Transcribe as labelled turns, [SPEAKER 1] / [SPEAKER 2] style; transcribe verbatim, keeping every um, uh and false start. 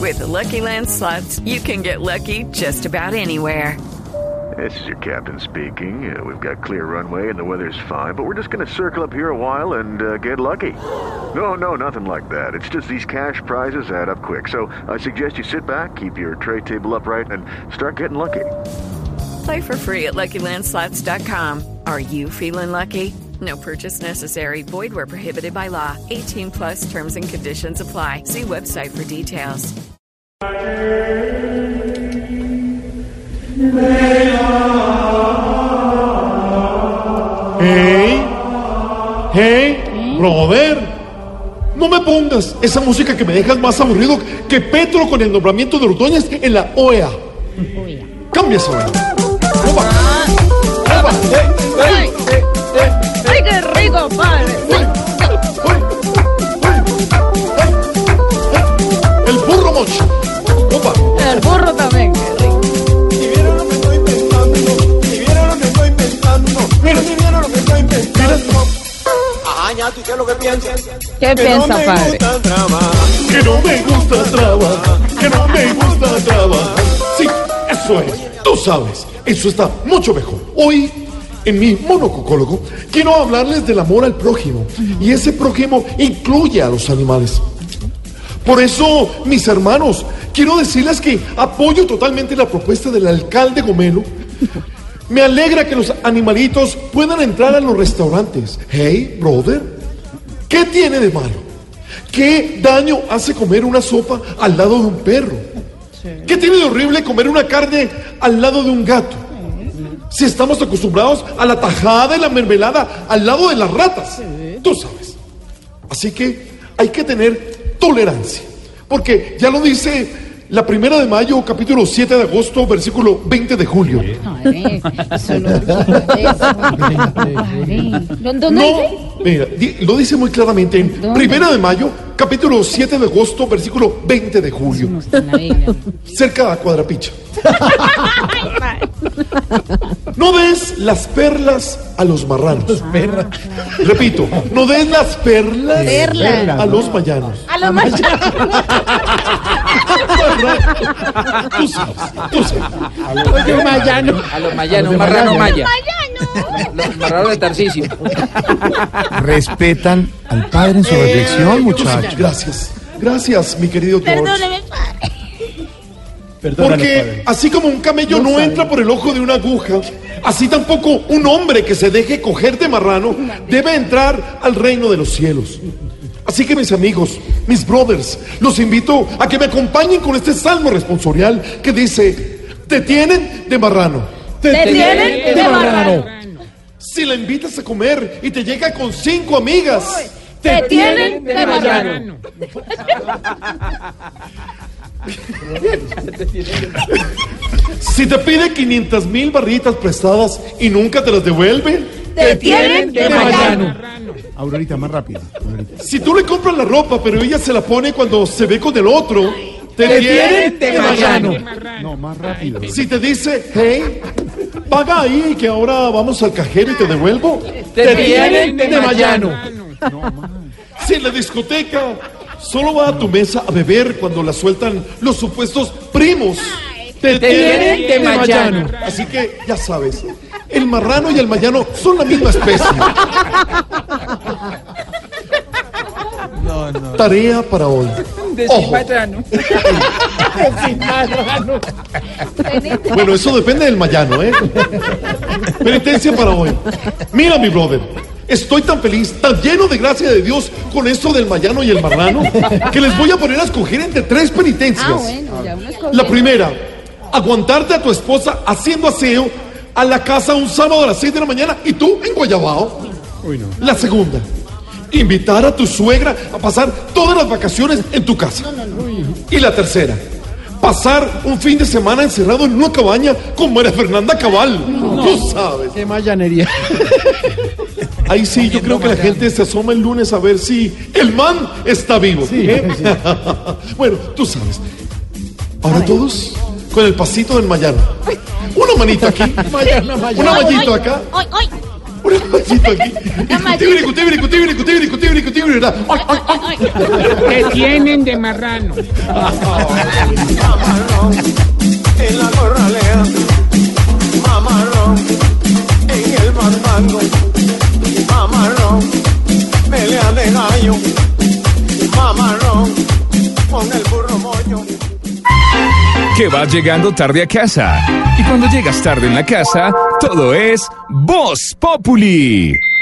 [SPEAKER 1] With the Lucky Land Slots, you can get lucky just about anywhere.
[SPEAKER 2] This is your captain speaking. Uh, we've got clear runway and the weather's fine, but we're just going to circle up here a while and uh, get lucky. No, no, nothing like that. It's just these cash prizes add up quick. So I suggest you sit back, keep your tray table upright, and start getting lucky.
[SPEAKER 1] Play for free at Lucky Land Slots dot com. Are you feeling lucky? No purchase necessary. Void where prohibited by law. eighteen plus terms and conditions apply. See website for details.
[SPEAKER 3] Hey, hey, brother, no me pongas esa música que me dejas más aburrido que Petro con el nombramiento de Ordóñez en la O E A. Cambia esa hora.
[SPEAKER 4] ¡Ay, ay, qué rico, padre!
[SPEAKER 3] El burro mocho. Opa.
[SPEAKER 4] El burro también, qué rico.
[SPEAKER 5] Si vieron lo que estoy inventando, si vieron lo que estoy inventando,
[SPEAKER 3] Mira.
[SPEAKER 5] si vieron lo que estoy inventando. Ajá, ya tú qué es lo que piensas.
[SPEAKER 4] ¿Qué piensa,
[SPEAKER 5] no me
[SPEAKER 4] padre?
[SPEAKER 5] gusta trabajar.
[SPEAKER 3] Que no me gusta trabajar, que no me gusta trabajar. Sí, eso es. Tú sabes, eso está mucho mejor. Hoy, en mi monococólogo, quiero hablarles del amor al prójimo. Y ese prójimo incluye a los animales. Por eso, mis hermanos, quiero decirles que apoyo totalmente la propuesta del alcalde Gomelo. Me alegra que los animalitos puedan entrar a los restaurantes. Hey, brother, ¿qué tiene de malo? ¿Qué daño hace comer una sopa al lado de un perro? ¿Qué tiene de horrible comer una carne al lado de un gato? Si estamos acostumbrados a la tajada y la mermelada al lado de las ratas. Tú sabes. Así que hay que tener tolerancia. Porque ya lo dice la primera de mayo, capítulo siete de agosto, versículo veinte de julio.
[SPEAKER 4] Padre, eso no ¿Dónde
[SPEAKER 3] No,
[SPEAKER 4] dice?
[SPEAKER 3] mira, di- lo dice muy claramente en
[SPEAKER 4] ¿Dónde?
[SPEAKER 3] primera de mayo, capítulo siete de agosto, versículo veinte de julio.
[SPEAKER 4] No está en la Biblia.
[SPEAKER 3] Cerca de Cuadrapicha. No des las perlas a los marranos. Repito, no des las perlas
[SPEAKER 4] Perlas.
[SPEAKER 3] a los mayanos.
[SPEAKER 4] A lo más.
[SPEAKER 3] Tú sabes, tú sabes.
[SPEAKER 6] Oye, mayano. A los mayanos, un marrano maya. Los marranos de Tarcisio.
[SPEAKER 7] Respetan al padre en su reflexión, muchachos.
[SPEAKER 3] Gracias, gracias, mi querido George.
[SPEAKER 4] Perdóneme, padre.
[SPEAKER 3] Porque así como un camello no entra por el ojo de una aguja, así tampoco un hombre que se deje coger de marrano debe entrar al reino de los cielos. Así que mis amigos, mis brothers, los invito a que me acompañen con este salmo responsorial que dice: te tienen de marrano.
[SPEAKER 4] Te tienen de marrano.
[SPEAKER 3] Si la invitas a comer y te llega con cinco amigas,
[SPEAKER 4] Te tienen de marrano.
[SPEAKER 3] si te pide quinientas mil barritas prestadas y nunca te las devuelve,
[SPEAKER 4] Te tienen de marrano.
[SPEAKER 7] Aurorita, más rápido. Aurorita.
[SPEAKER 3] si tú le compras la ropa pero ella se la pone cuando se ve con el otro, te,
[SPEAKER 6] Te
[SPEAKER 3] tienen
[SPEAKER 6] tienen de marrano.
[SPEAKER 7] No, más rápido.
[SPEAKER 3] Si te dice: hey, paga ahí que ahora vamos al cajero y te devuelvo,
[SPEAKER 6] Te tienen de mayano.
[SPEAKER 3] Si en la discoteca solo va a tu mesa a beber cuando la sueltan los supuestos primos, te,
[SPEAKER 6] tienen de mayano.
[SPEAKER 3] Así que ya sabes, el marrano y el mayano son la misma especie.
[SPEAKER 7] No, no.
[SPEAKER 3] Tarea para hoy.
[SPEAKER 6] De
[SPEAKER 3] Ojo.
[SPEAKER 6] sin marrano.
[SPEAKER 3] Bueno, eso depende del mayano, ¿eh? Penitencia para hoy. Mira, mi brother, estoy tan feliz, tan lleno de gracia de Dios con esto del mayano y el marrano, que les voy a poner a escoger entre tres penitencias.
[SPEAKER 4] Ah, bueno, ya uno escogió.
[SPEAKER 3] La primera, aguantarte a tu esposa haciendo aseo a la casa un sábado a las seis de la mañana y tú en Guayabao. La segunda, invitar a tu suegra a pasar todas las vacaciones en tu casa. Y la tercera, pasar un fin de semana encerrado en una cabaña con María Fernanda Cabal. Tú sabes.
[SPEAKER 7] Qué mayanería.
[SPEAKER 3] Ahí sí, yo creo que la gente se asoma el lunes a ver si el man está vivo. ¿eh? Bueno, tú sabes. Ahora todos con el pasito del mayano. Una manito aquí.
[SPEAKER 7] Mayana, mayana.
[SPEAKER 3] Una manito acá.
[SPEAKER 4] ¡Ay, ay!
[SPEAKER 3] Un besito aquí. Cutibri, cutibri, cutibri, cutibri, cutibri, cutibri, ¿verdad? Ay, ay, ay.
[SPEAKER 4] Te tienen de marrano.
[SPEAKER 5] Mamarrón en la corralera, mamarrón en el mandango, mamarrón, pelea de gallo, mamarrón con el burro moño.
[SPEAKER 8] Que vas llegando tarde a casa. Y cuando llegas tarde en la casa, todo es Voz Populi.